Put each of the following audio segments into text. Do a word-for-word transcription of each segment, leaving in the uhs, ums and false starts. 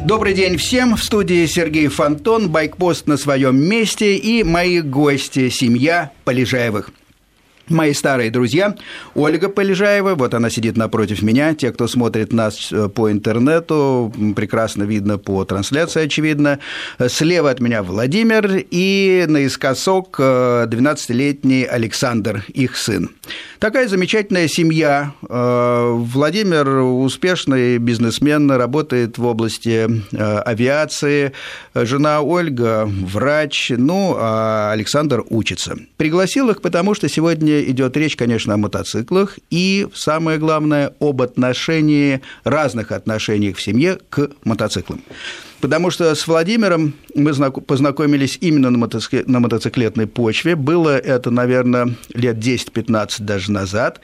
Добрый день всем. В студии Сергей Фонтон, «Байкпост» на своем месте и мои гости, семья Полежаевых. Мои старые друзья, Ольга Полежаева, вот она сидит напротив меня. Те, кто смотрит нас по интернету, прекрасно видно по трансляции, очевидно. Слева от меня Владимир и наискосок двенадцатилетний Александр, их сын. Такая замечательная семья. Владимир успешный бизнесмен, работает в области авиации. Жена Ольга врач, ну, а Александр учится. Пригласил их, потому что сегодня идет речь, конечно, о мотоциклах и, самое главное, об отношении, разных отношениях в семье к мотоциклам. Потому что с Владимиром мы познакомились именно на мотоциклетной почве. Было это, наверное, лет десять-пятнадцать даже назад.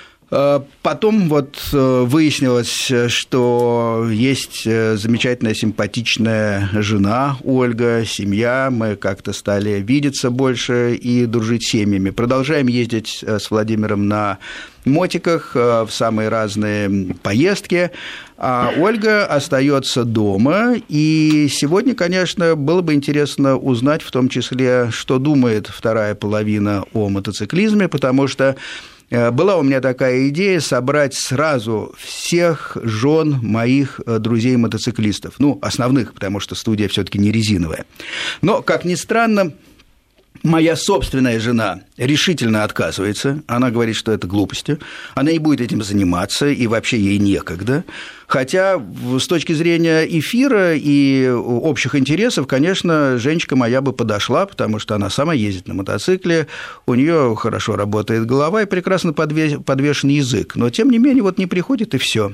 Потом вот выяснилось, что есть замечательная, симпатичная жена Ольга, семья, мы как-то стали видеться больше и дружить семьями. Продолжаем ездить с Владимиром на мотиках в самые разные поездки, а Ольга остается дома, и сегодня, конечно, было бы интересно узнать в том числе, что думает вторая половина о мотоциклизме, потому что была у меня такая идея собрать сразу всех жен моих друзей-мотоциклистов, ну, основных, потому что студия все-таки не резиновая. Но, как ни странно, моя собственная жена решительно отказывается, она говорит, что это глупости, она не будет этим заниматься, и вообще ей некогда. Хотя с точки зрения эфира и общих интересов, конечно, Женечка моя бы подошла, потому что она сама ездит на мотоцикле, у нее хорошо работает голова и прекрасно подвешен язык, но тем не менее вот не приходит и все.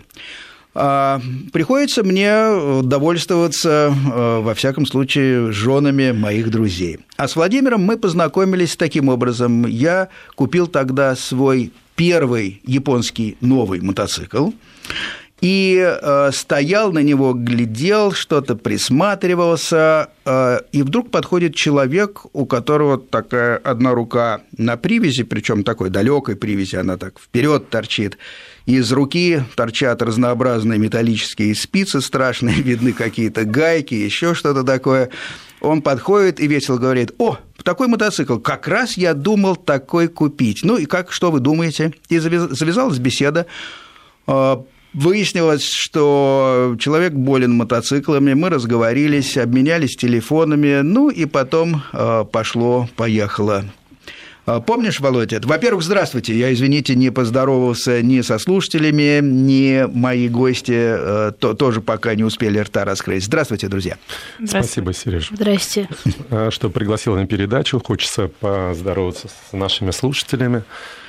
Приходится мне довольствоваться, во всяком случае, женами моих друзей. А с Владимиром мы познакомились таким образом. Я купил тогда свой первый японский новый мотоцикл и стоял на него, глядел, что-то присматривался, и вдруг подходит человек, у которого такая одна рука на привязи, причем такой далекой привязи, она так вперед торчит. Из руки торчат разнообразные металлические спицы страшные, видны какие-то гайки, еще что-то такое. Он подходит и весело говорит: «О, такой мотоцикл, как раз я думал такой купить. Ну и как, что вы думаете?» И завязалась беседа. Выяснилось, что человек болен мотоциклами, мы разговорились, обменялись телефонами, ну и потом пошло-поехало. Помнишь, Володя? Во-первых, здравствуйте. Я, извините, не поздоровался ни со слушателями, ни мои гости то, тоже пока не успели рта раскрыть. Здравствуйте, друзья. Спасибо, Сереж. Здрасте. Что пригласил на передачу. Хочется поздороваться с нашими слушателями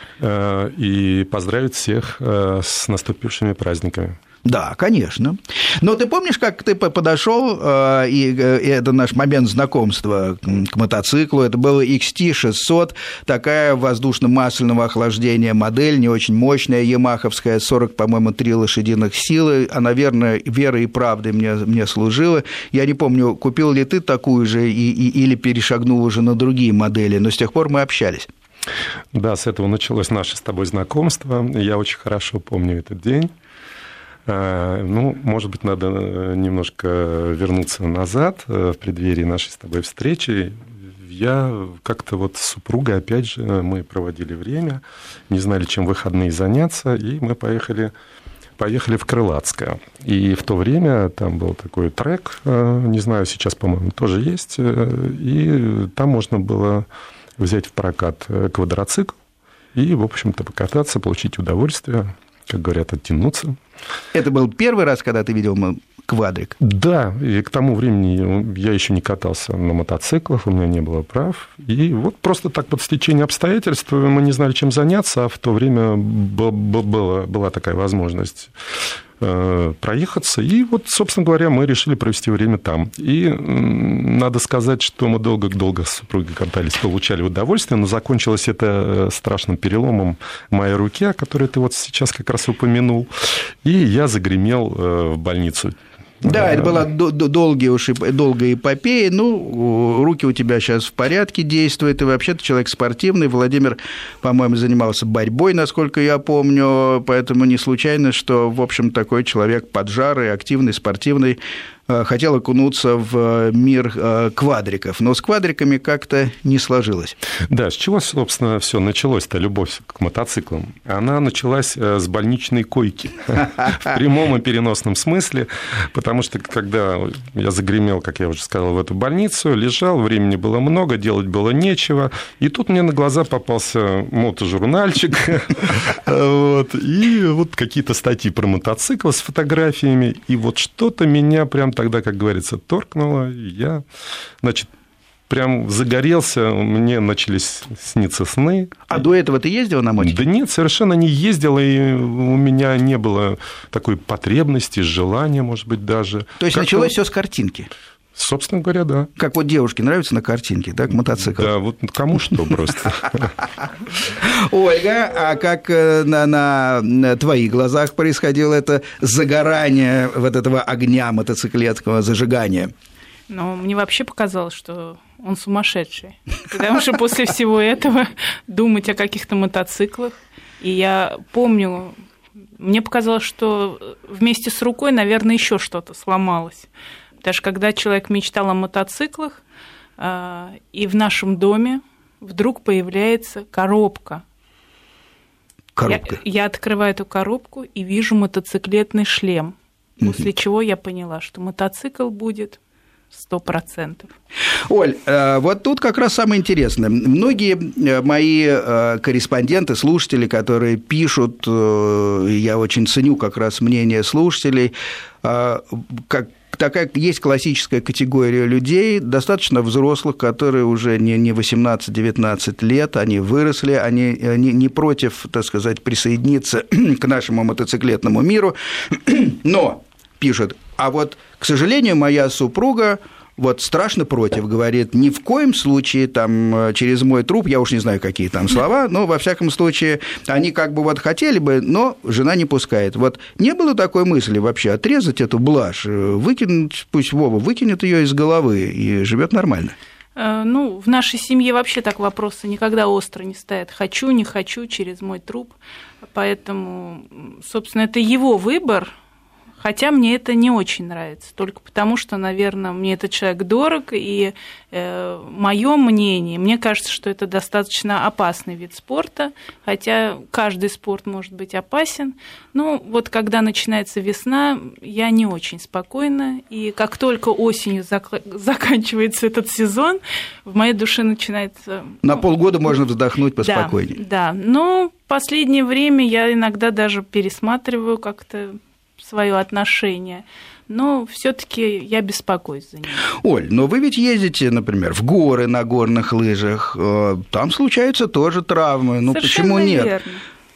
и поздравить всех с наступившими праздниками. Да, конечно. Но ты помнишь, как ты подошел, и это наш момент знакомства к мотоциклу, это было икс ти шестьсот, такая воздушно-масляного охлаждения модель, не очень мощная, ямаховская, сорок, по-моему, три лошадиных силы, она, верно, верой и правдой мне, мне служила. Я не помню, купил ли ты такую же и, и, или перешагнул уже на другие модели, но с тех пор мы общались. Да, с этого началось наше с тобой знакомство, я очень хорошо помню этот день. Ну, может быть, надо немножко вернуться назад в преддверии нашей с тобой встречи. Я как-то вот с супругой, опять же, мы проводили время, не знали, чем в выходные заняться, и мы поехали, поехали в Крылатское. И в то время там был такой трек, не знаю, сейчас, по-моему, тоже есть, и там можно было взять в прокат квадроцикл и, в общем-то, покататься, получить удовольствие, как говорят, оттянуться. Это был первый раз, когда ты видел квадрик? Да, и к тому времени я еще не катался на мотоциклах, у меня не было прав. И вот просто так под стечение обстоятельств мы не знали, чем заняться, а в то время была, была такая возможность проехаться. И вот, собственно говоря, мы решили провести время там. И надо сказать, что мы долго-долго с супругой катались, получали удовольствие, но закончилось это страшным переломом в моей руке, который ты вот сейчас как раз упомянул. И я загремел в больницу. Да, это была долгая, уж, долгая эпопея. Ну, руки у тебя сейчас в порядке действуют, и вообще ты человек спортивный. Владимир, по-моему, занимался борьбой, насколько я помню, поэтому не случайно, что, в общем, такой человек поджарый, активный, спортивный. хотел окунуться в мир квадриков, но с квадриками как-то не сложилось. Да, с чего, собственно, все началось-то, любовь к мотоциклам? Она началась с больничной койки, в прямом и переносном смысле, потому что, когда я загремел, как я уже сказал, в эту больницу, лежал, времени было много, делать было нечего, и тут мне на глаза попался мотожурнальчик, вот, и вот какие-то статьи про мотоциклы с фотографиями, и вот что-то меня прям тогда, как говорится, торкнуло, и я, значит, прям загорелся, мне начались сниться сны. А до этого ты ездил на мотике? Да нет, совершенно не ездил, и у меня не было такой потребности, желания, может быть, даже. То есть, началось все с картинки? Собственно говоря, да. Как вот девушке нравится на картинке, так, мотоцикл? Да, вот кому что просто. Ольга, а как на, на твоих глазах происходило это загорание вот этого огня мотоциклетского, зажигания? Ну, мне вообще показалось, что он сумасшедший, потому что после всего этого думать о каких-то мотоциклах. И я помню, мне показалось, что вместе с рукой, наверное, еще что-то сломалось. Даже когда человек мечтал о мотоциклах, и в нашем доме вдруг появляется коробка. Коробка. Я, я открываю эту коробку и вижу мотоциклетный шлем, после чего я поняла, что мотоцикл будет сто процентов. Оль, вот тут как раз самое интересное. Многие мои корреспонденты, слушатели, которые пишут, я очень ценю как раз мнение слушателей, как такая есть классическая категория людей, достаточно взрослых, которые уже не восемнадцать-девятнадцать лет, они выросли, они не, не против, так сказать, присоединиться к нашему мотоциклетному миру, но пишут, а вот, к сожалению, моя супруга вот страшно против, говорит, ни в коем случае там через мой труп, я уж не знаю, какие там слова, но во всяком случае они как бы вот хотели бы, но жена не пускает. Вот не было такой мысли вообще отрезать эту блажь, выкинуть, пусть Вова выкинет ее из головы и живет нормально? Ну, в нашей семье вообще так вопросы никогда остро не стоят. Хочу, не хочу, через мой труп. Поэтому, собственно, это его выбор. Хотя мне это не очень нравится, только потому что, наверное, мне этот человек дорог, и э, мое мнение, мне кажется, что это достаточно опасный вид спорта, хотя каждый спорт может быть опасен. Но вот когда начинается весна, я не очень спокойна, и как только осенью зак- заканчивается этот сезон, в моей душе начинается... На полгода можно вздохнуть поспокойнее. Да, да, но в последнее время я иногда даже пересматриваю как-то свое отношение, но все-таки я беспокоюсь за него. Оль, но вы ведь ездите, например, в горы на горных лыжах, там случаются тоже травмы, ну совершенно почему нет? Верно.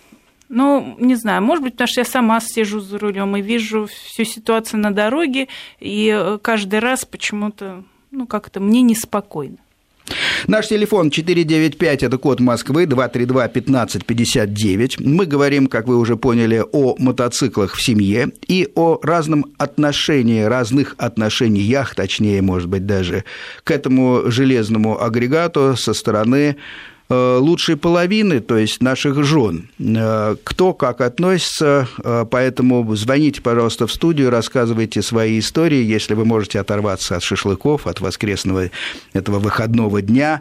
Ну, не знаю, может быть, потому что я сама сижу за рулем и вижу всю ситуацию на дороге, и каждый раз почему-то, ну, как-то мне неспокойно. Наш телефон четыре девять пять, это код Москвы, два три два пятнадцать пятьдесят девять. Мы говорим, как вы уже поняли, о мотоциклах в семье и о разном отношении, разных отношениях, точнее, может быть, даже к этому железному агрегату со стороны лучшей половины, то есть наших жен. Кто как относится, поэтому звоните, пожалуйста, в студию, рассказывайте свои истории, если вы можете оторваться от шашлыков, от воскресного этого выходного дня,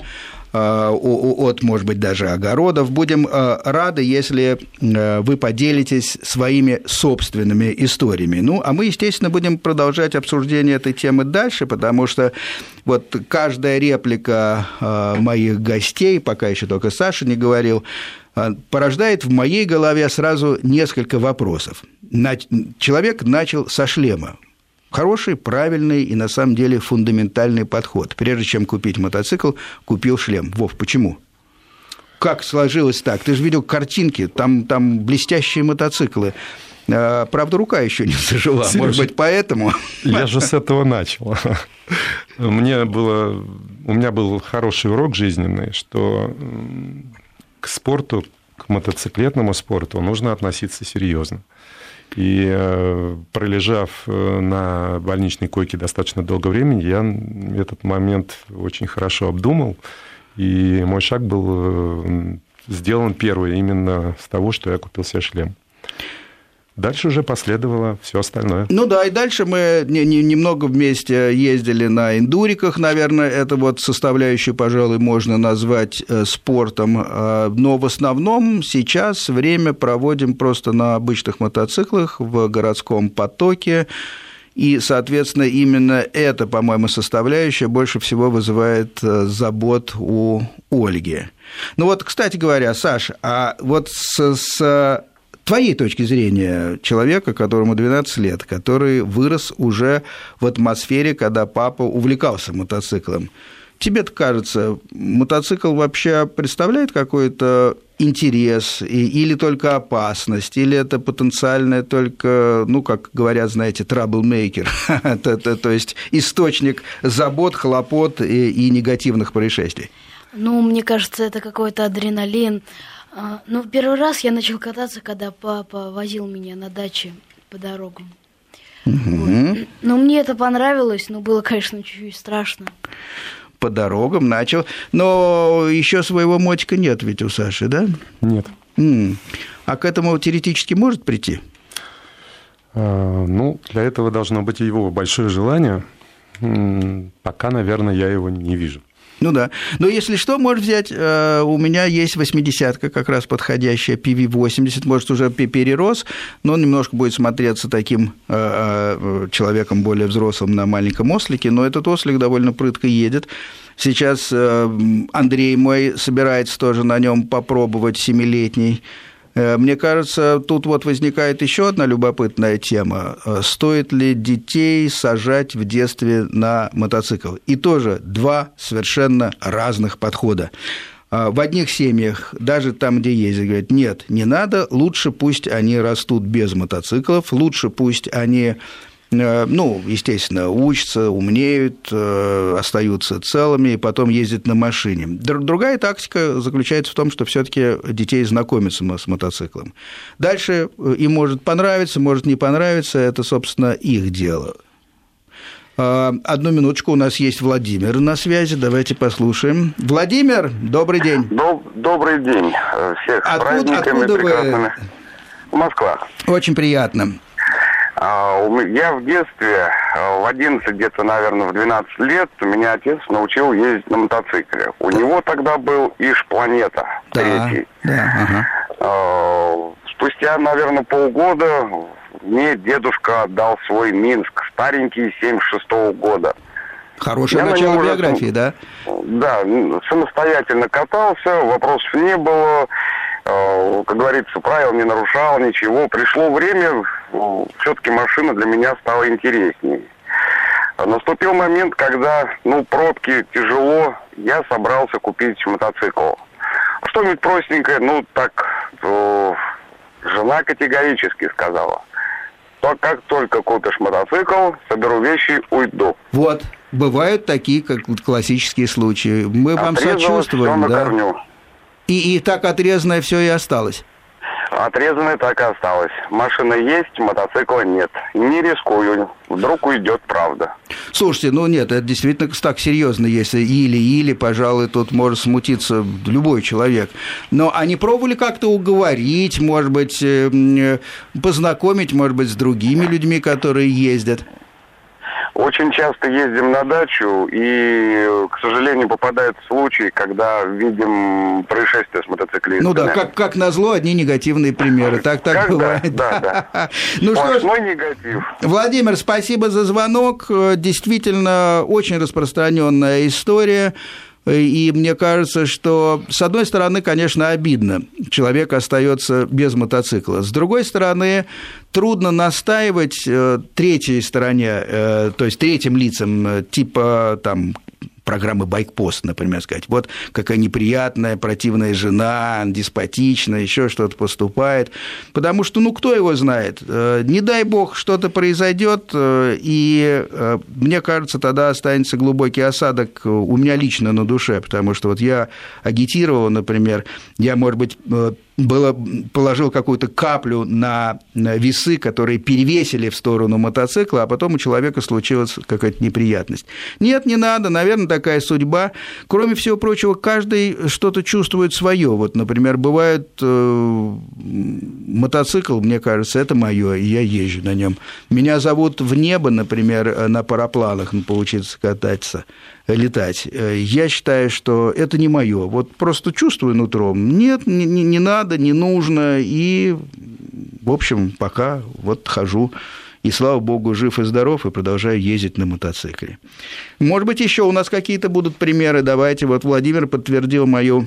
от, может быть, даже огородов. Будем рады, если вы поделитесь своими собственными историями. Ну, а мы, естественно, будем продолжать обсуждение этой темы дальше, потому что вот каждая реплика моих гостей, пока еще только Саша не говорил, порождает в моей голове сразу несколько вопросов. Человек начал со шлема. Хороший, правильный и, на самом деле, фундаментальный подход. Прежде чем купить мотоцикл, купил шлем. Вов, почему? Как сложилось так? Ты же видел картинки, там, там блестящие мотоциклы. Правда, рука еще не зажила. Сереж, может быть, поэтому... Я же с этого начал. Мне было... У меня был хороший урок жизненный, что к спорту, к мотоциклетному спорту нужно относиться серьезно. И пролежав на больничной койке достаточно долгое время, я этот момент очень хорошо обдумал, и мой шаг был сделан первый именно с того, что я купил себе шлем. Дальше уже последовало все остальное. Ну да, и дальше мы немного вместе ездили на эндуриках, наверное, это вот составляющую, пожалуй, можно назвать спортом, но в основном сейчас время проводим просто на обычных мотоциклах в городском потоке, и, соответственно, именно эта, по-моему, составляющая больше всего вызывает забот у Ольги. Ну вот, кстати говоря, Саш, а вот с... с твоей точки зрения, человека, которому двенадцать лет, который вырос уже в атмосфере, когда папа увлекался мотоциклом, тебе-то кажется, мотоцикл вообще представляет какой-то интерес или только опасность, или это потенциальное только, ну, как говорят, знаете, troublemaker, то есть источник забот, хлопот и негативных происшествий? Ну, мне кажется, это какой-то адреналин. Ну, первый раз я начал кататься, когда папа возил меня на даче по дорогам. Угу. Вот. Ну, мне это понравилось, но было, конечно, чуть-чуть страшно. По дорогам начал. Но еще своего мотика нет ведь у Саши, да? Нет. М-м. А к этому теоретически может прийти? А, ну, для этого должно быть его большое желание. Пока, наверное, я его не вижу. Ну да. Но если что, можешь взять, у меня есть восьмидесятка, как раз подходящая, пи ви восемьдесят, может, уже перерос, но он немножко будет смотреться таким человеком более взрослым на маленьком ослике, но этот ослик довольно прытко едет. Сейчас Андрей мой собирается тоже на нем попробовать, семилетний. Мне кажется, тут вот возникает еще одна любопытная тема. Стоит ли детей сажать в детстве на мотоцикл? И тоже два совершенно разных подхода. В одних семьях, даже там, где ездят, говорят, нет, не надо, лучше пусть они растут без мотоциклов, лучше пусть они... ну, естественно, учатся, умнеют, остаются целыми и потом ездят на машине. Другая тактика заключается в том, что все-таки детей знакомятся с мотоциклом. Дальше им может понравиться, может не понравиться, это, собственно, их дело. Одну минуточку, у нас есть Владимир на связи, давайте послушаем. Владимир, добрый день. Добрый день. Всех с праздниками прекрасными. Москва. Очень приятно. Я в детстве, в одиннадцать, где-то, наверное, в двенадцать лет, меня отец научил ездить на мотоцикле. У него тогда был Иж Планета, да, третий. Да, ага. Спустя, наверное, полгода мне дедушка отдал свой Минск, старенький, семьдесят шестого года. Хорошее Я начало биографии, да? Да, самостоятельно катался, вопросов не было. Как говорится, правил не нарушал, ничего. Пришло время, все-таки машина для меня стала интереснее. Наступил момент, когда, ну, пробки тяжело, я собрался купить мотоцикл. Что-нибудь простенькое, ну, так, то жена категорически сказала, то как только купишь мотоцикл, соберу вещи, уйду. Вот, бывают такие, как классические случаи. Мы вам сочувствуем, да? Корню. И, и так отрезанное все и осталось? Отрезанное так и осталось. Машина есть, мотоцикла нет. Не рискую, вдруг уйдет правда. Слушайте, ну нет, это действительно так серьезно, если или-или, пожалуй, тут может смутиться любой человек. Но они пробовали как-то уговорить, может быть, познакомить, может быть, с другими людьми, которые ездят? Очень часто ездим на дачу, и, к сожалению, попадают случаи, когда видим происшествия с мотоциклистами. Ну да, как, как назло, одни негативные примеры. Так, так Когда? бывает. Да, да. Ну что ж, негатив. Владимир, спасибо за звонок. Действительно, очень распространенная история. И мне кажется, что, с одной стороны, конечно, обидно, человек остается без мотоцикла. С другой стороны, трудно настаивать третьей стороне, то есть третьим лицам, типа там программы «Байкпост», например, сказать, вот какая неприятная, противная жена, деспотичная, еще что-то поступает, потому что, ну, кто его знает, не дай бог что-то произойдет, и мне кажется, тогда останется глубокий осадок у меня лично на душе, потому что вот я агитировал, например, я, может быть, было, положил какую-то каплю на весы, которые перевесили в сторону мотоцикла, а потом у человека случилась какая-то неприятность. Нет, не надо, наверное, такая судьба. Кроме всего прочего, каждый что-то чувствует свое. Вот, например, бывает э, мотоцикл, мне кажется, это мое, и я езжу на нем. Меня зовут в небо, например, на парапланах поучиться кататься, летать. Я считаю, что это не мое. Вот просто чувствую нутром. Нет, не, не надо, не нужно. И, в общем, пока вот хожу. И, слава богу, жив и здоров, и продолжаю ездить на мотоцикле. Может быть, еще у нас какие-то будут примеры. Давайте. Вот Владимир подтвердил мою...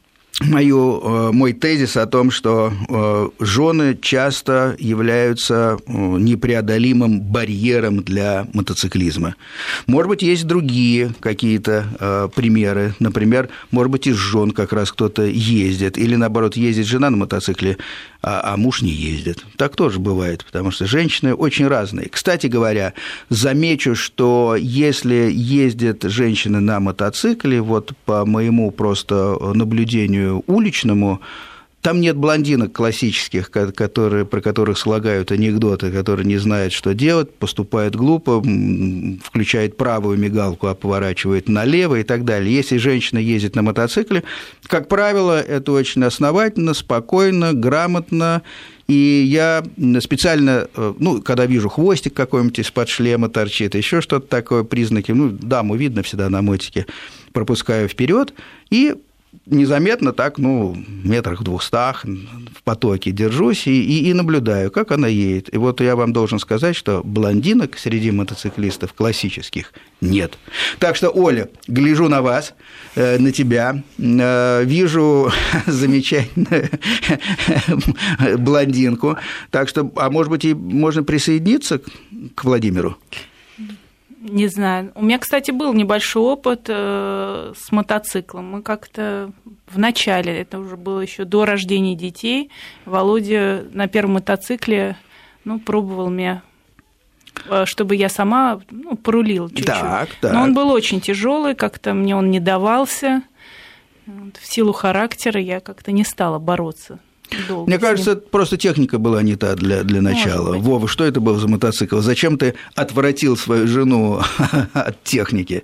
Мою, мой тезис о том, что жены часто являются непреодолимым барьером для мотоциклизма. Может быть, есть другие какие-то примеры. Например, может быть, из жен как раз кто-то ездит, или, наоборот, ездит жена на мотоцикле, а, а муж не ездит. Так тоже бывает, потому что женщины очень разные. Кстати говоря, замечу, что если ездит женщина на мотоцикле, вот по моему просто наблюдению уличному, там нет блондинок классических, которые, про которых слагают анекдоты, которые не знают, что делать, поступают глупо, включает правую мигалку, а поворачивает налево и так далее. Если женщина ездит на мотоцикле, как правило, это очень основательно, спокойно, грамотно. И я специально, ну, когда вижу хвостик какой-нибудь из-под шлема торчит, еще что-то такое, признаки, ну, даму видно всегда на мотике, пропускаю вперед и незаметно так, ну, метрах в двухстах в потоке держусь и, и, и наблюдаю, как она едет. И вот я вам должен сказать, что блондинок среди мотоциклистов классических нет. Так что, Оля, гляжу на вас, э, на тебя, э, вижу замечательную блондинку. Так что, а может быть, и можно присоединиться к Владимиру? Не знаю. У меня, кстати, был небольшой опыт э, с мотоциклом. Мы как-то в начале, это уже было еще до рождения детей, Володя на первом мотоцикле, ну, пробовал меня, чтобы я сама, ну, порулила чуть-чуть. Так, так. Но он был очень тяжелый, как-то мне он не давался. В силу характера я как-то не стала бороться. Долго Мне кажется, это просто техника была не та для, для начала. Вова, что это был за мотоцикл? Зачем ты отвратил свою жену от техники?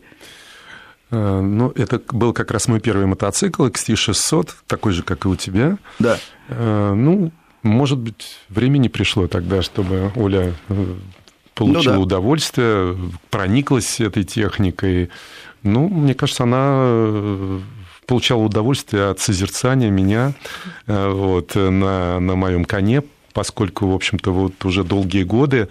Ну, это был как раз мой первый мотоцикл, икс ти шестьсот, такой же, как и у тебя. Да. Ну, может быть, времени пришло тогда, чтобы Оля получила ну, да. удовольствие, прониклась этой техникой. Ну, мне кажется, она получала удовольствие от созерцания меня вот, на, на моем коне, поскольку, в общем-то, вот уже долгие годы,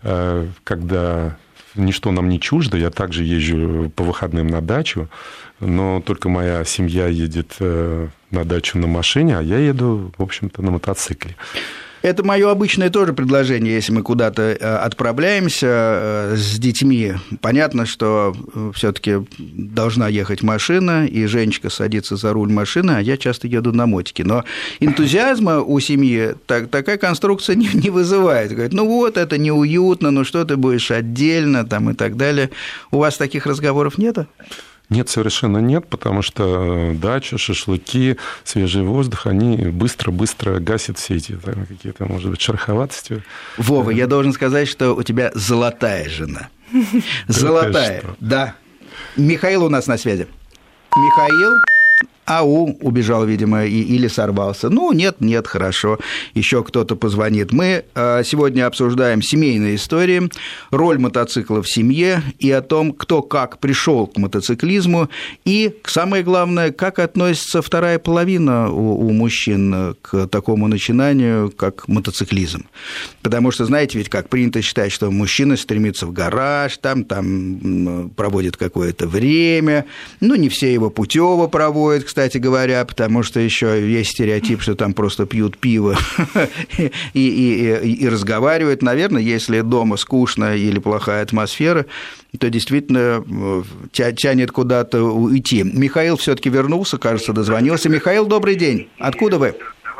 когда ничто нам не чуждо, я также езжу по выходным на дачу, но только моя семья едет на дачу на машине, а я еду, в общем-то, на мотоцикле. Это мое обычное тоже предложение, если мы куда-то отправляемся с детьми. Понятно, что все-таки должна ехать машина, и Женечка садится за руль машины, а я часто еду на мотике. Но энтузиазма у семьи так, такая конструкция не, не вызывает. Говорит, ну вот, это неуютно, ну что ты будешь отдельно там, и так далее. У вас таких разговоров нету? Нет, совершенно нет, потому что дача, шашлыки, свежий воздух, они быстро-быстро гасят все эти там, какие-то, может быть, шероховатости. Вова, я должен сказать, что у тебя золотая жена. Золотая, да. Михаил у нас на связи. Михаил... Ау, убежал, видимо, и, или сорвался. Ну, нет, нет, хорошо, еще кто-то позвонит. Мы сегодня обсуждаем семейные истории, роль мотоцикла в семье и о том, кто как пришел к мотоциклизму, и, самое главное, как относится вторая половина у, у мужчин к такому начинанию, как мотоциклизм. Потому что, знаете, ведь как принято считать, что мужчина стремится в гараж, там, там проводит какое-то время, ну, не все его путево проводят, кстати говоря, потому что еще есть стереотип, что там просто пьют пиво и, и, и, и разговаривают. Наверное, если дома скучно или плохая атмосфера, то действительно тянет куда-то уйти. Михаил все-таки вернулся, кажется, дозвонился. Михаил, добрый день. Откуда вы?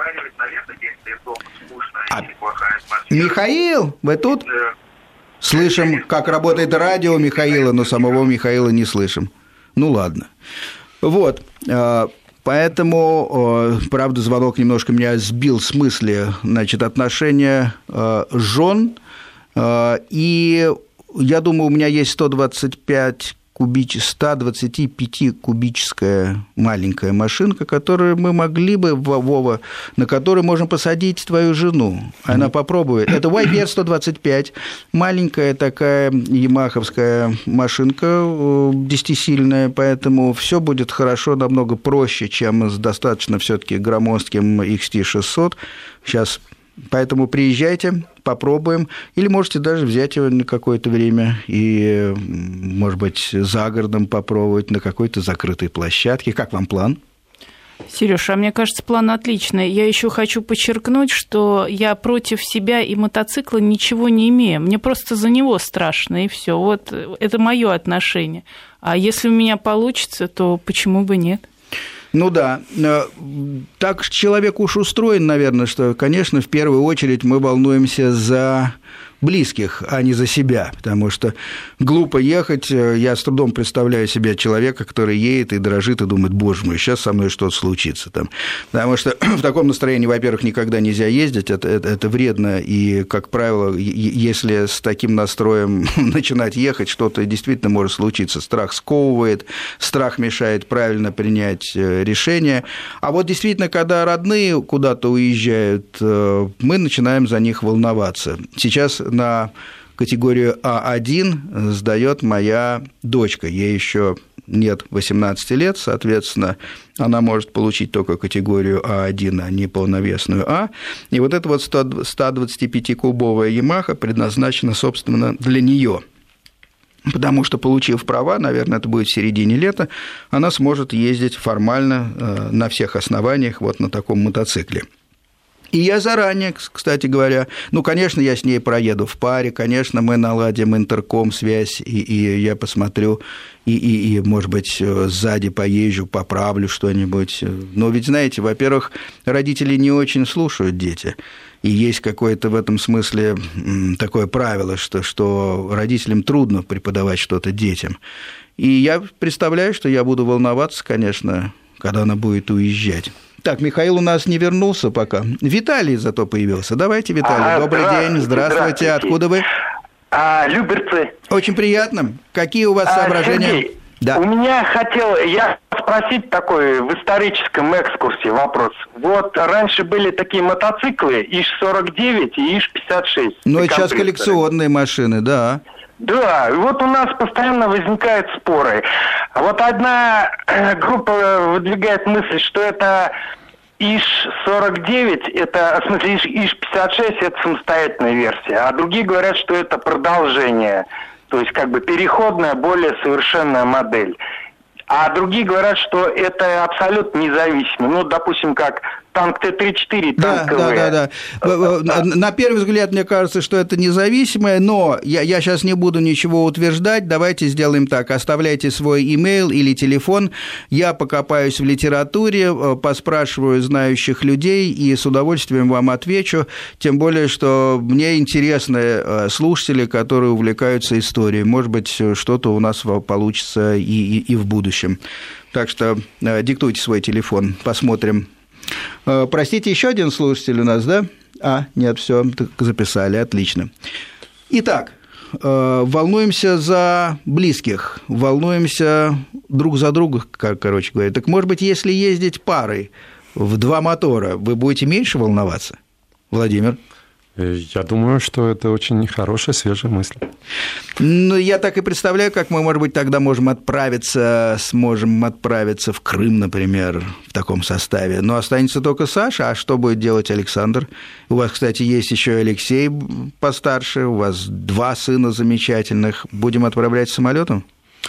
А... Михаил, вы тут? Слышим, как работает радио Михаила, но самого Михаила не слышим. Ну, ладно. Вот. Поэтому, правда, звонок немножко меня сбил с мысли, значит, отношения жен, и я думаю, у меня есть сто двадцать пять кубич... сто двадцать пять кубическая маленькая машинка, которую мы могли бы, Вова, на которую можем посадить твою жену. Она попробует. Это уай пи ар сто двадцать пять, маленькая такая ямаховская машинка, десятисильная, поэтому все будет хорошо, намного проще, чем с достаточно все-таки громоздким икс ти шестьсот. Сейчас. Поэтому приезжайте, попробуем, или можете даже взять его на какое-то время и, может быть, за городом попробовать на какой-то закрытой площадке. Как вам план? Серёж, а мне кажется, план отличный. Я еще хочу подчеркнуть, что я против себя и мотоцикла ничего не имею. Мне просто за него страшно, и все. Вот это мое отношение. А если у меня получится, то почему бы нет? Ну да, так человек уж устроен, наверное, что, конечно, в первую очередь мы волнуемся за близких, а не за себя, потому что глупо ехать. Я с трудом представляю себе человека, который едет и дрожит и думает: боже мой, сейчас со мной что-то случится там. Потому что в таком настроении, во-первых, никогда нельзя ездить, это, это, это вредно, и, как правило, если с таким настроем начинать ехать, что-то действительно может случиться. Страх сковывает, страх мешает правильно принять решение. А вот действительно, когда родные куда-то уезжают, мы начинаем за них волноваться. Сейчас на категорию А один сдает моя дочка. Ей еще нет восемнадцати лет, соответственно, она может получить только категорию А один, а не полновесную А. И вот эта вот сто двадцатипятикубовая Ямаха предназначена, собственно, для нее. Потому что, получив права, наверное, это будет в середине лета, она сможет ездить формально на всех основаниях вот на таком мотоцикле. И я заранее, кстати говоря, ну, конечно, я с ней проеду в паре, конечно, мы наладим интерком-связь, и, и я посмотрю, и, и, и, может быть, сзади поезжу, поправлю что-нибудь. Но ведь, знаете, во-первых, родители не очень слушают дети, и есть какое-то в этом смысле такое правило, что, что родителям трудно преподавать что-то детям. И я представляю, что я буду волноваться, конечно, когда она будет уезжать. Так, Михаил у нас не вернулся пока. Виталий зато появился. Давайте, Виталий, а, добрый день, здравствуйте. здравствуйте. Откуда вы? А, Люберцы. Очень приятно. Какие у вас а, соображения? Сергей, да. У меня хотел я спросить такой в историческом экскурсе вопрос. Вот раньше были такие мотоциклы ИШ сорок девять и ИШ пятьдесят шесть. Ну, это сейчас коллекционные машины, да. Да, и вот у нас постоянно возникают споры. Вот одна группа выдвигает мысль, что это ИШ сорок девять, это, в смысле, ИШ пятьдесят шесть, это самостоятельная версия, а другие говорят, что это продолжение, то есть как бы переходная, более совершенная модель. А другие говорят, что это абсолютно независимо. Ну, допустим, как танк Т тридцать четыре, танк КВ. Да, да, да, да. На первый взгляд, мне кажется, что это независимое, но я, я сейчас не буду ничего утверждать. Давайте сделаем так. Оставляйте свой имейл или телефон. Я покопаюсь в литературе, поспрашиваю знающих людей и с удовольствием вам отвечу. Тем более, что мне интересны слушатели, которые увлекаются историей. Может быть, что-то у нас получится и, и, и в будущем. Так что диктуйте свой телефон, посмотрим. Простите, еще один слушатель у нас, да? А, нет, все, записали, отлично. Итак, волнуемся за близких, волнуемся друг за друга, короче говоря. Так, может быть, если ездить парой в два мотора, вы будете меньше волноваться, Владимир? Я думаю, что это очень хорошая, свежая мысль. Ну, я так и представляю, как мы, может быть, тогда можем отправиться, сможем отправиться в Крым, например, в таком составе. Но останется только Саша, а что будет делать Александр? У вас, кстати, есть еще Алексей постарше, у вас два сына замечательных. Будем отправлять самолетом?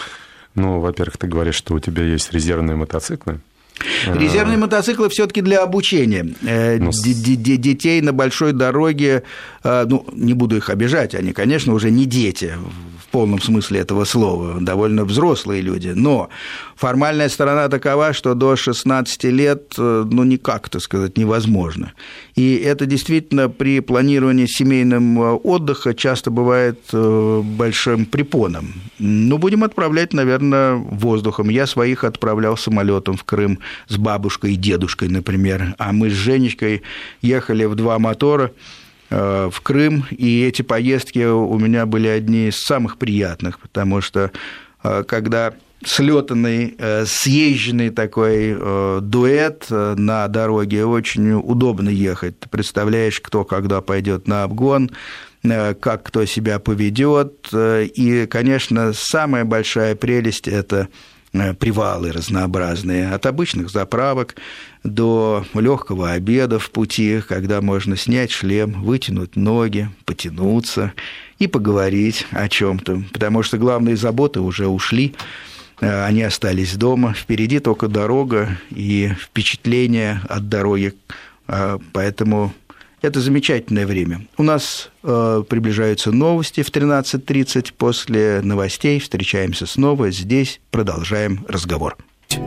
Ну, во-первых, ты говоришь, что у тебя есть резервные мотоциклы. Резервные мотоциклы все-таки для обучения. Ну, детей на большой дороге, ну, не буду их обижать, они, конечно, уже не дети. в полном смысле этого слова, довольно взрослые люди, но формальная сторона такова, что до шестнадцати лет, ну, никак, так сказать, невозможно. И это действительно при планировании семейного отдыха часто бывает большим препоном. Ну, будем отправлять, наверное, воздухом. Я своих отправлял самолетом в Крым с бабушкой и дедушкой, например, а мы с Женечкой ехали в два мотора в Крым, и эти поездки у меня были одни из самых приятных, потому что когда слетанный, съезженный такой дуэт на дороге, очень удобно ехать. Ты представляешь, кто когда пойдет на обгон, как кто себя поведет. И, конечно, самая большая прелесть – это привалы разнообразные, от обычных заправок до легкого обеда в пути, когда можно снять шлем, вытянуть ноги, потянуться и поговорить о чем-то, потому что главные заботы уже ушли, они остались дома, впереди только дорога и впечатления от дороги, поэтому это замечательное время. У нас э, приближаются новости в тринадцать тридцать. После новостей встречаемся снова. Здесь продолжаем разговор.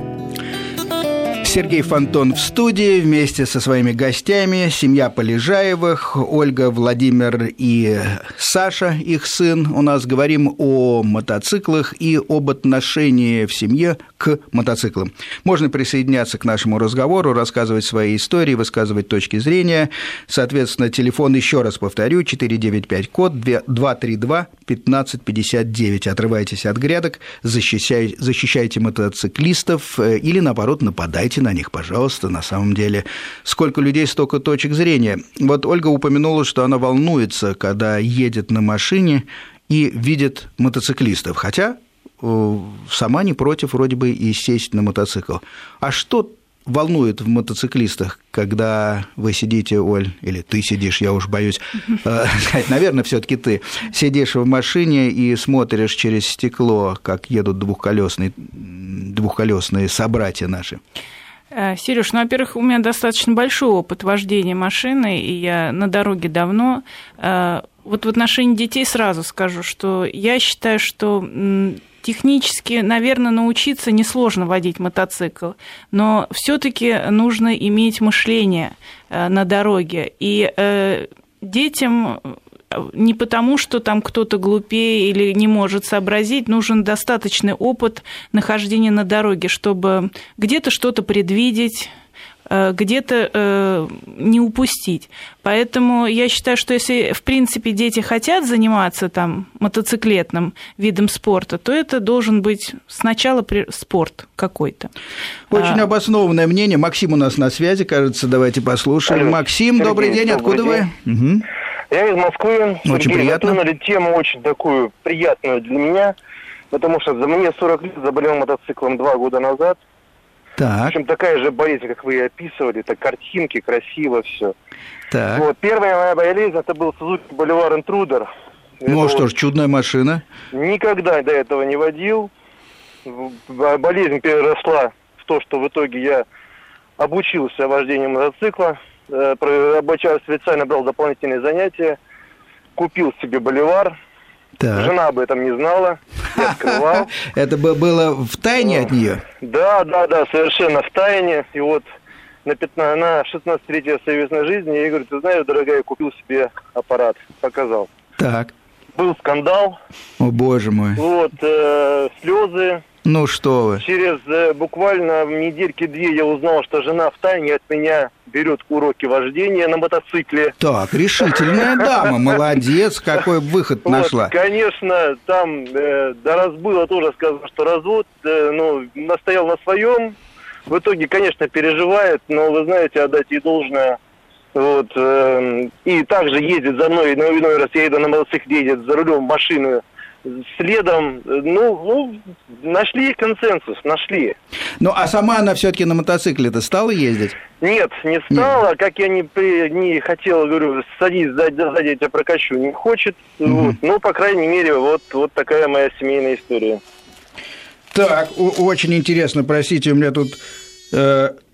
Сергей Фонтон в студии вместе со своими гостями. Семья Полежаевых, Ольга, Владимир и Саша, их сын. У нас говорим о мотоциклах и об отношении в семье к мотоциклам. Можно присоединяться к нашему разговору, рассказывать свои истории, высказывать точки зрения. Соответственно, телефон, еще раз повторю, четыре девять пять, код два три два пятнадцать пятьдесят девять. Отрывайтесь от грядок, защищайте, защищайте мотоциклистов или, наоборот, нападайте на них, пожалуйста. На самом деле, сколько людей, столько точек зрения. Вот Ольга упомянула, что она волнуется, когда едет на машине и видит мотоциклистов, хотя сама не против вроде бы и сесть на мотоцикл. А что волнует в мотоциклистах, когда вы сидите, Оль, или ты сидишь, я уж боюсь сказать, наверное, все-таки ты сидишь в машине и смотришь через стекло, как едут двухколесные, двухколесные собратья наши? Серёж, ну, во-первых, у меня достаточно большой опыт вождения машины, и я на дороге давно. Вот в отношении детей сразу скажу, что я считаю, что технически, наверное, научиться несложно водить мотоцикл, но все-таки нужно иметь мышление на дороге. И детям не потому, что там кто-то глупее или не может сообразить, нужен достаточный опыт нахождения на дороге, чтобы где-то что-то предвидеть, где-то не упустить. Поэтому я считаю, что если, в принципе, дети хотят заниматься там мотоциклетным видом спорта, то это должен быть сначала спорт какой-то. Очень а... обоснованное мнение. Максим у нас на связи, кажется, давайте послушаем. Алло. Максим, Сергей, добрый день, откуда добрый вы? Угу. Я из Москвы. Очень Сергей, приятно. Затронули тему очень такую приятную для меня, потому что за мне сорок лет, заболел мотоциклом два года назад. Так. В общем, такая же болезнь, как вы и описывали, это картинки, красиво все. Так. Вот, первая моя болезнь, это был Suzuki Boulevard Intruder. Ну это что вот ж, чудная машина. Никогда до этого не водил. Болезнь переросла в то, что в итоге я обучился вождению мотоцикла, обучался специально, брал дополнительные занятия, купил себе боливар. Так. Жена об этом не знала, я скрывал. Это было в тайне от нее? Да, да, да, совершенно в тайне. И вот на, пятнадцать, на шестнадцатилетие союзной жизни я ей говорю, ты знаешь, дорогая, я купил себе аппарат, показал. Так. Был скандал. О, боже мой. Вот, э, слезы. Ну что вы. Через э, буквально недельки-две я узнал, что жена в тайне от меня берет уроки вождения на мотоцикле. Так, решительная дама, молодец, какой выход вот, нашла. Конечно, там э, до разбыла тоже сказано, что развод, э, ну, настоял на своем. В итоге, конечно, переживает, но, вы знаете, отдать ей должное. Вот, э, и также ездит за мной, но иной раз я еду на мотоцикле, едет за рулем машины следом. Ну, ну, нашли консенсус, нашли. Ну, а сама она все-таки на мотоцикле-то стала ездить? Нет, не стала. Нет. Как я не, не хотел, говорю, садись, сзади, сзади я тебя прокачу, не хочет. Угу. Вот. Ну, по крайней мере, вот, вот такая моя семейная история. Так, очень интересно, простите, у меня тут... Э,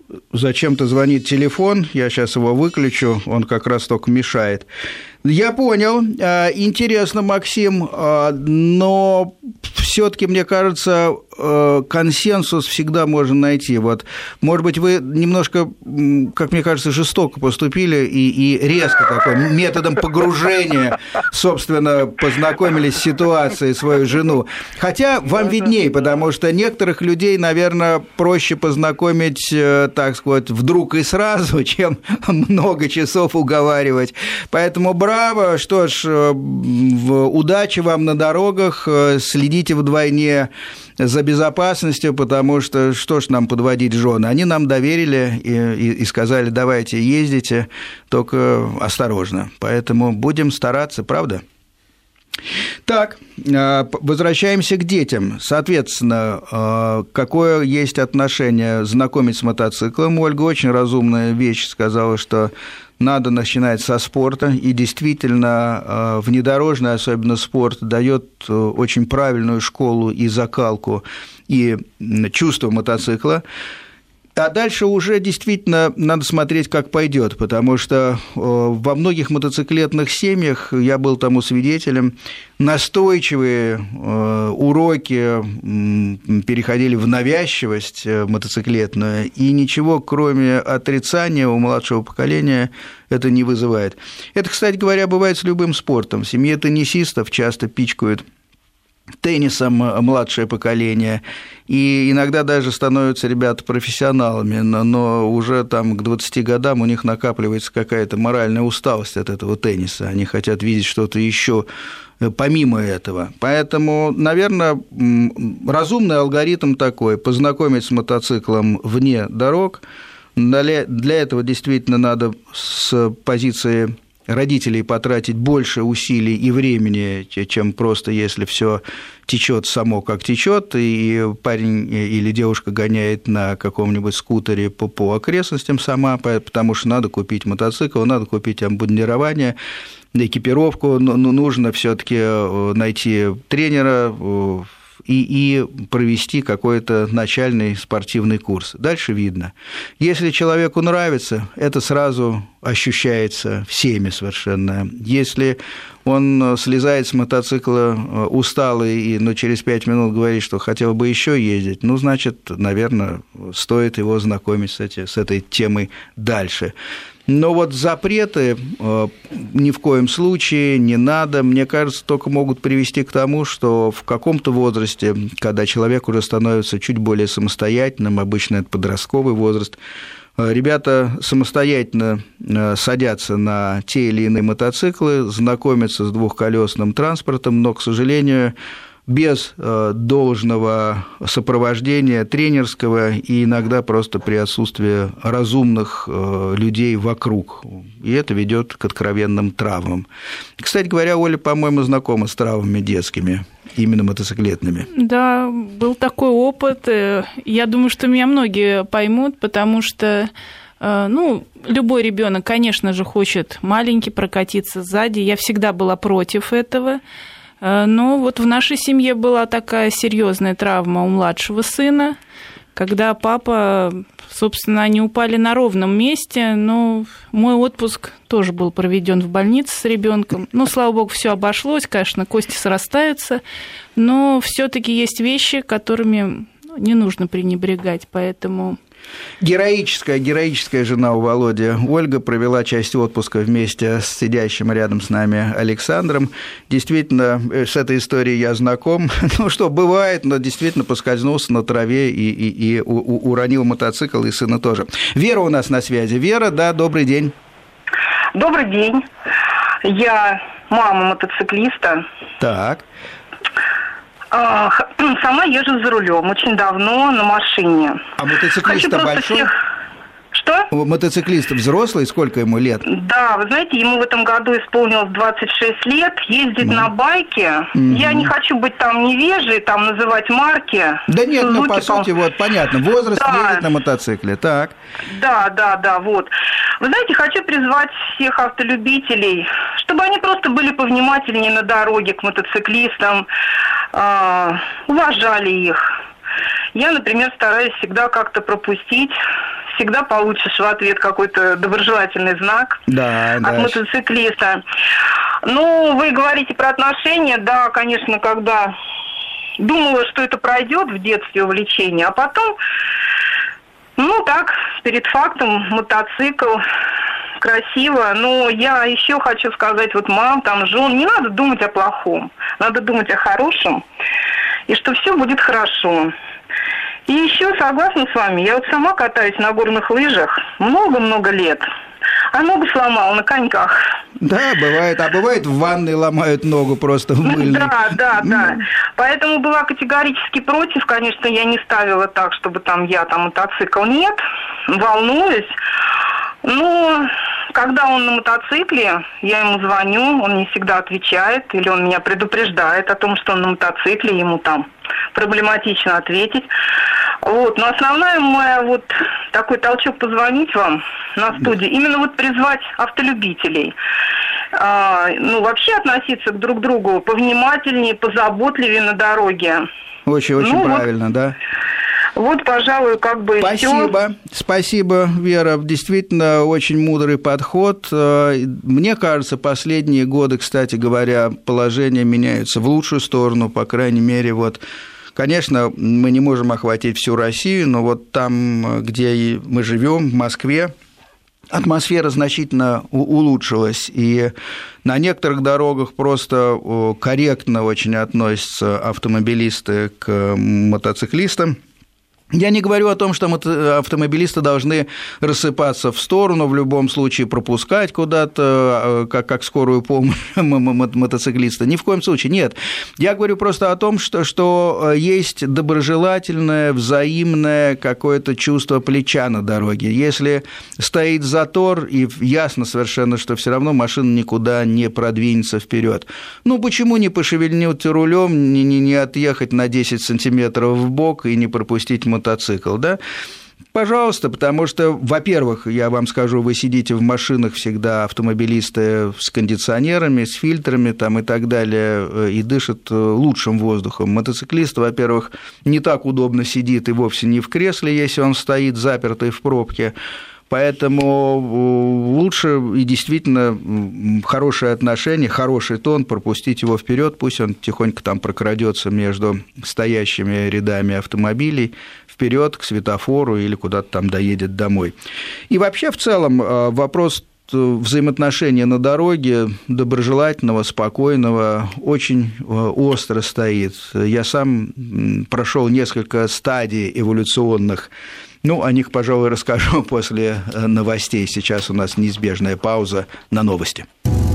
зачем-то звонит телефон, я сейчас его выключу, он как раз только мешает. Я понял, интересно, Максим, но все-таки, мне кажется, консенсус всегда можно найти. Вот, может быть, вы немножко, как мне кажется, жестоко поступили и, и резко такой методом погружения, собственно, познакомились с ситуацией свою жену. Хотя вам видней, потому что некоторых людей, наверное, проще познакомить, так сказать, вдруг и сразу, чем много часов уговаривать. Поэтому браво. Браво, что ж, удачи вам на дорогах, следите вдвойне за безопасностью, потому что что ж нам подводить жены? Они нам доверили и, и, и сказали, давайте ездите, только осторожно. Поэтому будем стараться, правда? Так, возвращаемся к детям. Соответственно, какое есть отношение знакомить с мотоциклом? Ольга очень разумная вещь сказала, что надо начинать со спорта, и действительно внедорожный, особенно спорт, дает очень правильную школу и закалку, и чувство мотоцикла. А дальше уже действительно надо смотреть, как пойдет, потому что во многих мотоциклетных семьях, я был тому свидетелем, настойчивые уроки переходили в навязчивость мотоциклетную, и ничего, кроме отрицания у младшего поколения, это не вызывает. Это, кстати говоря, бывает с любым спортом. В семье теннисистов часто пичкают теннисом младшее поколение, и иногда даже становятся ребята профессионалами, но, но уже там к двадцати годам у них накапливается какая-то моральная усталость от этого тенниса, они хотят видеть что-то еще помимо этого. Поэтому, наверное, разумный алгоритм такой – познакомить с мотоциклом вне дорог. Для этого действительно надо с позиции родителей потратить больше усилий и времени, чем просто если все течет само как течет, и парень или девушка гоняет на каком-нибудь скутере по, по окрестностям сама, потому что надо купить мотоцикл, надо купить обмундирование, экипировку, но нужно все-таки найти тренера и, и провести какой-то начальный спортивный курс. Дальше видно. Если человеку нравится, это сразу ощущается всеми совершенно. Если он слезает с мотоцикла усталый, но через пять минут говорит, что хотел бы еще ездить, ну, значит, наверное, стоит его знакомить с, эти, с этой темой дальше. Но вот запреты ни в коем случае не надо, мне кажется, только могут привести к тому, что в каком-то возрасте, когда человек уже становится чуть более самостоятельным, обычно это подростковый возраст, ребята самостоятельно садятся на те или иные мотоциклы, знакомятся с двухколесным транспортом, но, к сожалению, без должного сопровождения тренерского и иногда просто при отсутствии разумных людей вокруг. И это ведет к откровенным травмам. Кстати говоря, Оля, по-моему, знакома с травмами детскими, именно мотоциклетными. Да, был такой опыт. Я думаю, что меня многие поймут, потому что ну, любой ребенок, конечно же, хочет маленький прокатиться сзади. Я всегда была против этого. Но вот в нашей семье была такая серьезная травма у младшего сына, когда папа, собственно, они упали на ровном месте, но мой отпуск тоже был проведен в больнице с ребенком. Ну, слава богу, все обошлось, конечно, кости срастаются, но все-таки есть вещи, которыми не нужно пренебрегать, поэтому... Героическая, героическая жена у Володи Ольга провела часть отпуска вместе с сидящим рядом с нами Александром. Действительно, с этой историей я знаком. Ну что, бывает, но действительно поскользнулся на траве и, и, и уронил мотоцикл, и сына тоже. Вера у нас на связи. Вера, да, добрый день. Добрый день. Я мама мотоциклиста. Так. Сама езжу за рулем очень давно на машине. А мотоциклист-то большой? Всех... Что? Мотоциклист взрослый, сколько ему лет? Да, вы знаете, ему в этом году исполнилось двадцать шесть лет, ездит mm. на байке. Mm-hmm. Я не хочу быть там невежей, там называть марки. Да нет, Suzuki, ну по сути, вот, понятно, возраст да. ездит на мотоцикле, так. Да, да, да, вот. Вы знаете, хочу призвать всех автолюбителей, чтобы они просто были повнимательнее на дороге к мотоциклистам, уважали их. Я, например, стараюсь всегда как-то пропустить всегда получишь в ответ какой-то доброжелательный знак да, от да. мотоциклиста. Ну, вы говорите про отношения, да, конечно, когда думала, что это пройдет в детстве увлечение, а потом, ну так, перед фактом мотоцикл, красиво. Но я еще хочу сказать, вот мам, там, жен, не надо думать о плохом, надо думать о хорошем, и что все будет хорошо. И еще согласна с вами, я вот сама катаюсь на горных лыжах много-много лет, а ногу сломала на коньках. Да, бывает. А бывает, в ванной ломают ногу просто в мыльной. Да, да, да. Поэтому была категорически против, конечно, я не ставила так, чтобы там я, там мотоцикл нет, волнуюсь. Но когда он на мотоцикле, я ему звоню, он не всегда отвечает, или он меня предупреждает о том, что он на мотоцикле, ему там проблематично ответить. Вот. Но основная моя вот такой толчок позвонить вам на студию, именно вот призвать автолюбителей. А, ну, вообще относиться к друг другу повнимательнее, позаботливее на дороге. Очень-очень ну, правильно, вот, да? Вот, пожалуй, как бы Спасибо, всё. Спасибо, Вера. Действительно, очень мудрый подход. Мне кажется, последние годы, кстати говоря, положения меняются в лучшую сторону, по крайней мере, вот. Конечно, мы не можем охватить всю Россию, но вот там, где мы живем, в Москве, атмосфера значительно улучшилась, и на некоторых дорогах просто корректно очень относятся автомобилисты к мотоциклистам. Я не говорю о том, что автомобилисты должны рассыпаться в сторону, в любом случае пропускать куда-то, как, как скорую помощь мотоциклиста. Ни в коем случае, нет. Я говорю просто о том, что, что есть доброжелательное, взаимное какое-то чувство плеча на дороге. Если стоит затор, и ясно совершенно, что все равно машина никуда не продвинется вперед. Ну, почему не пошевельнуть рулем, не, не, не отъехать на десять сантиметров в бок и не пропустить мотоцикл, да? Пожалуйста, потому что, во-первых, я вам скажу, вы сидите в машинах всегда, автомобилисты с кондиционерами, с фильтрами там и так далее, и дышат лучшим воздухом. Мотоциклист, во-первых, не так удобно сидит и вовсе не в кресле, если он стоит запертый в пробке. Поэтому лучше и действительно хорошее отношение, хороший тон, пропустить его вперед, пусть он тихонько там прокрадется между стоящими рядами автомобилей, вперед к светофору или куда-то там доедет домой. И вообще в целом вопрос взаимоотношения на дороге, доброжелательного, спокойного, очень остро стоит. Я сам прошел несколько стадий эволюционных. Ну, о них, пожалуй, расскажу после новостей. Сейчас у нас неизбежная пауза на новости.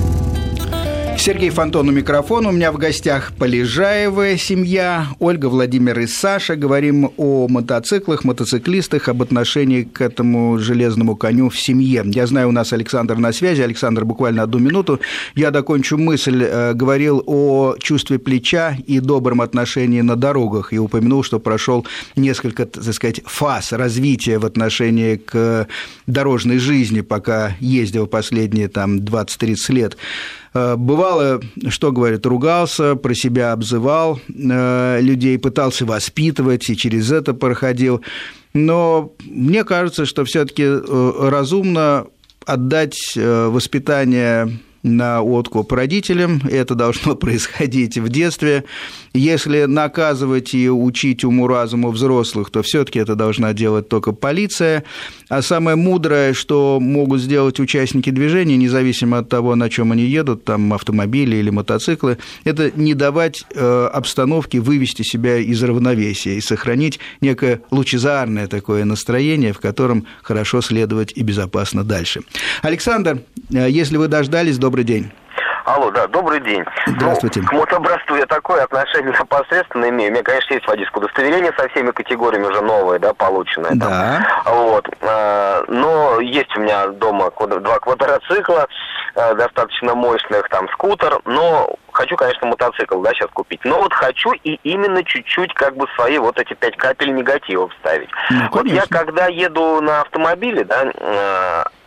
Сергей Фонтон у микрофона. У меня в гостях Полежаева семья, Ольга, Владимир и Саша. Говорим о мотоциклах, мотоциклистах, об отношении к этому железному коню в семье. Я знаю, у нас Александр на связи. Александр, буквально одну минуту. Я докончу мысль. Говорил о чувстве плеча и добром отношении на дорогах. И упомянул, что прошел несколько, так сказать, фаз развития в отношении к дорожной жизни, пока ездил последние там двадцать-тридцать лет. Бывало, что, говорит, ругался, про себя обзывал людей, пытался воспитывать и через это проходил. Но мне кажется, что все-таки разумно отдать воспитание на откуп родителям. Это должно происходить в детстве. Если наказывать и учить уму-разуму взрослых, то все-таки это должна делать только полиция. А самое мудрое, что могут сделать участники движения, независимо от того, на чем они едут, там автомобили или мотоциклы, это не давать обстановке вывести себя из равновесия и сохранить некое лучезарное такое настроение, в котором хорошо следовать и безопасно дальше. Александр, если вы дождались, добрый день. Алло, да, добрый день. Здравствуйте. Ну, к мотобратству я такое отношение непосредственно имею. У меня, конечно, есть водительское удостоверение со всеми категориями уже новое, да, полученное. Да. Там. Вот. Но есть у меня дома два квадроцикла, достаточно мощных, там, скутер, но хочу, конечно, мотоцикл, да, сейчас купить. Но вот хочу и именно чуть-чуть, как бы, свои вот эти пять капель негатива вставить. Ну, вот я, когда еду на автомобиле, да,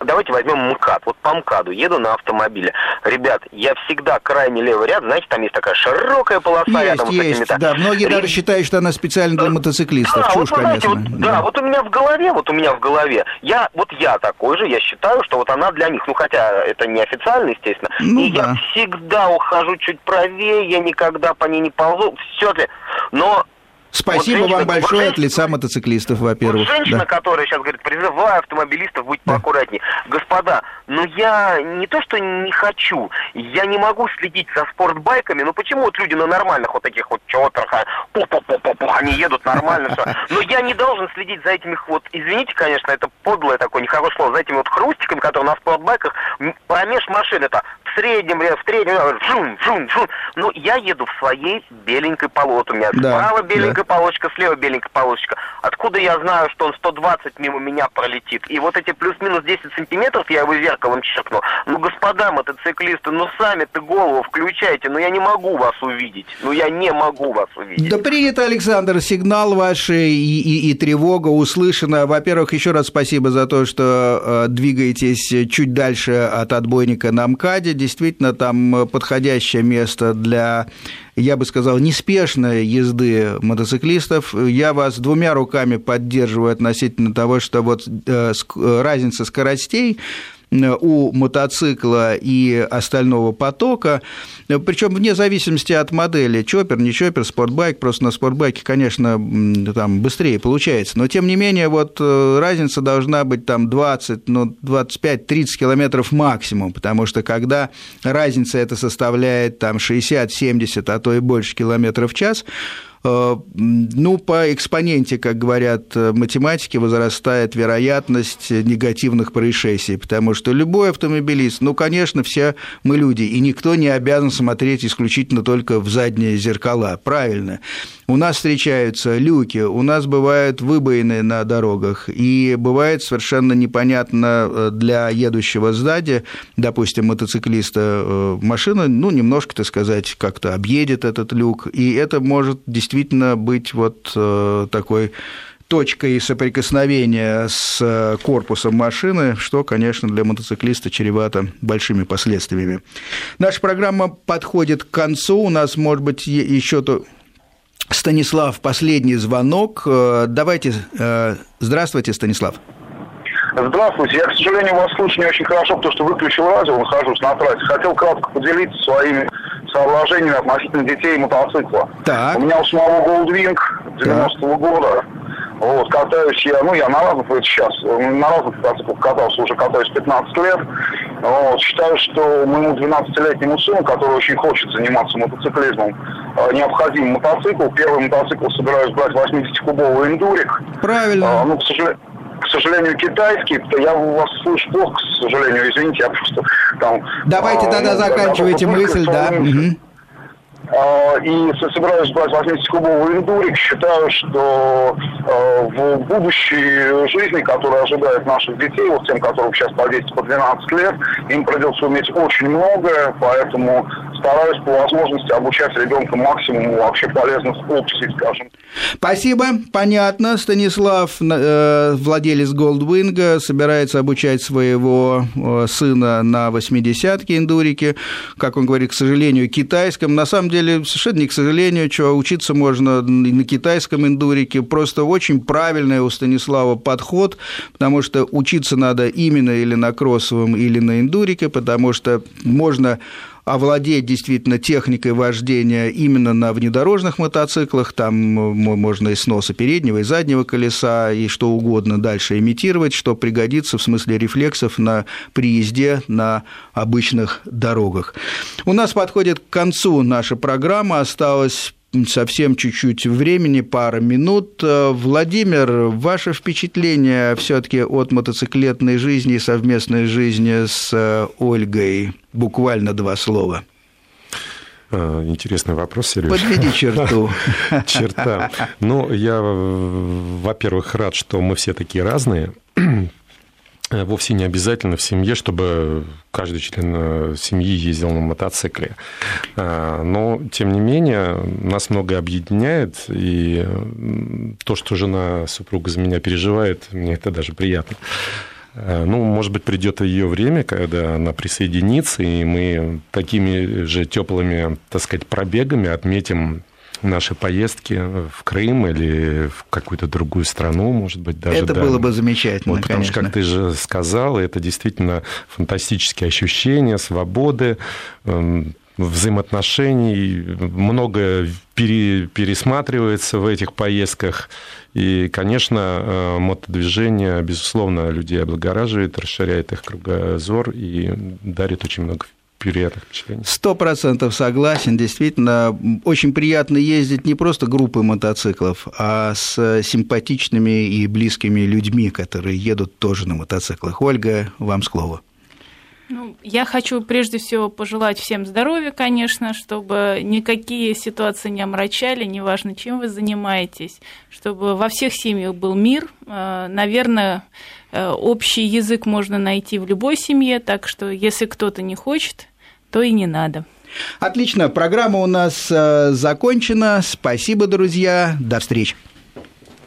давайте возьмем МКАД. Вот по МКАДу еду на автомобиле. Ребят, я всегда крайне левый ряд, знаете, там есть такая широкая полоса. Есть, рядом есть, с этими, да. Многие даже считают, что она специально для мотоциклистов. Да, Чушь, вот, знаете, конечно. Вот, да. да, вот у меня в голове, вот у меня в голове, я, вот я такой же, я считаю, что вот она для них, ну, хотя это не официально, естественно, ну, и да. я всегда ухожу чуть правее, я никогда по ней не ползу, все ли, но... Спасибо вот женщина, вам большое вот женщина, от лица мотоциклистов, во-первых. Вот женщина, да. которая сейчас говорит, призываю автомобилистов быть да. поаккуратнее. Господа, ну я не то, что не хочу, я не могу следить за спортбайками, ну почему вот люди на нормальных вот таких вот чёртах, пух-пух-пух-пух, они едут нормально, все. Но я не должен следить за этими вот, извините, конечно, это подлое такое, нехорошее слово, за этими вот хрустиками, которые на спортбайках, промеж машин, это в среднем, в среднем, жум, жум, жум. Ну, я еду в своей беленькой полоске, у меня да. справа беленькая да. полосочка, слева беленькая полосочка. Откуда я знаю, что он сто двадцать мимо меня пролетит? И вот эти плюс-минус десять сантиметров я его зеркалом чиркнул. Ну, господа мотоциклисты, ну сами-то голову включайте, ну я не могу вас увидеть. Ну я не могу вас увидеть. Да принято, Александр, сигнал ваш и, и, и тревога услышана. Во-первых, еще раз спасибо за то, что э, двигаетесь чуть дальше от отбойника на МКАДе. Действительно, там подходящее место для, я бы сказал, неспешной езды мотоциклистов. Я вас двумя руками поддерживаю относительно того, что вот э, разница скоростей у мотоцикла и остального потока, причем вне зависимости от модели, чоппер, не чоппер, спортбайк, просто на спортбайке, конечно, там быстрее получается, но тем не менее вот разница должна быть там двадцать, ну, двадцать пять тридцать километров максимум, потому что когда разница эта составляет там шестьдесят семьдесят, а то и больше километров в час, ну, по экспоненте, как говорят математики, возрастает вероятность негативных происшествий, потому что любой автомобилист, ну, конечно, все мы люди, и никто не обязан смотреть исключительно только в задние зеркала, правильно. У нас встречаются люки, у нас бывают выбоины на дорогах, и бывает совершенно непонятно для едущего сзади, допустим, мотоциклиста, машина, ну, немножко, так сказать, как-то объедет этот люк, и это может действительно действительно быть вот такой точкой соприкосновения с корпусом машины, что, конечно, для мотоциклиста чревато большими последствиями. Наша программа подходит к концу. У нас, может быть, еще то... Станислав, последний звонок. Давайте. Здравствуйте, Станислав. Здравствуйте. Я, к сожалению, вас слышу не очень хорошо, потому что выключил радио, нахожусь на трассе. Хотел кратко поделиться своими соображениями относительно детей и мотоцикла. Так. У меня у самого Goldwing девяностого года. Вот, катаюсь я, ну, я на разных, сейчас, на разных мотоциклах катался, уже катаюсь пятнадцать лет. Вот, считаю, что моему двенадцатилетнему сыну, который очень хочет заниматься мотоциклизмом, необходим мотоцикл. Первый мотоцикл собираюсь брать восьмидесятикубовый эндурик. Правильно. А, ну, к сожалению... К сожалению, китайский, я вас слышу плохо, к сожалению, извините, я просто там... Давайте тогда а, заканчивайте мысль, да. Угу. И собираюсь брать восьмидесятикубовый эндурик. Считаю, что в будущей жизни, которая ожидает наших детей, вот тем, которым сейчас по десять, по двенадцать лет, им придется уметь очень многое, поэтому стараюсь по возможности обучать ребенка максимуму вообще полезных опций, скажем. Спасибо, понятно. Станислав, владелец Goldwing, собирается обучать своего сына на восьмидесятке эндурике, как он говорит, к сожалению, китайском. На самом деле, совершенно не к сожалению, что учиться можно на китайском эндурике. Просто очень правильный у Станислава подход, потому что учиться надо именно или на кроссовом, или на эндурике, потому что можно овладеть действительно техникой вождения именно на внедорожных мотоциклах, там можно и сноса переднего, и заднего колеса, и что угодно дальше имитировать, что пригодится в смысле рефлексов на, при езде на обычных дорогах. У нас подходит к концу наша программа, осталось совсем чуть-чуть времени, пара минут. Владимир, ваше впечатление все-таки от мотоциклетной жизни и совместной жизни с Ольгой? Буквально два слова. Интересный вопрос, Серёж. Подведи черту. Черта. Ну, я, во-первых, рад, что мы все такие разные. Вовсе не обязательно в семье, чтобы каждый член семьи ездил на мотоцикле. Но, тем не менее, нас многое объединяет, и то, что жена, супруга за меня переживает, мне это даже приятно. Ну, может быть, придет ее время, когда она присоединится, и мы такими же теплыми, так сказать, пробегами отметим наши поездки в Крым или в какую-то другую страну, может быть, даже. Это да. было бы замечательно, вот, потому конечно. что, как ты же сказал, это действительно фантастические ощущения, свободы, взаимоотношений, многое пере, пересматривается в этих поездках. И, конечно, мотодвижение, безусловно, людей облагораживает, расширяет их кругозор и дарит очень много приятных впечатлений. Сто процентов согласен. Действительно, очень приятно ездить не просто группой мотоциклов, а с симпатичными и близкими людьми, которые едут тоже на мотоциклах. Ольга, вам слово. Ну, я хочу прежде всего пожелать всем здоровья, конечно, чтобы никакие ситуации не омрачали, неважно, чем вы занимаетесь, чтобы во всех семьях был мир. Наверное, общий язык можно найти в любой семье, так что если кто-то не хочет, то и не надо. Отлично, программа у нас закончена. Спасибо, друзья. До встречи.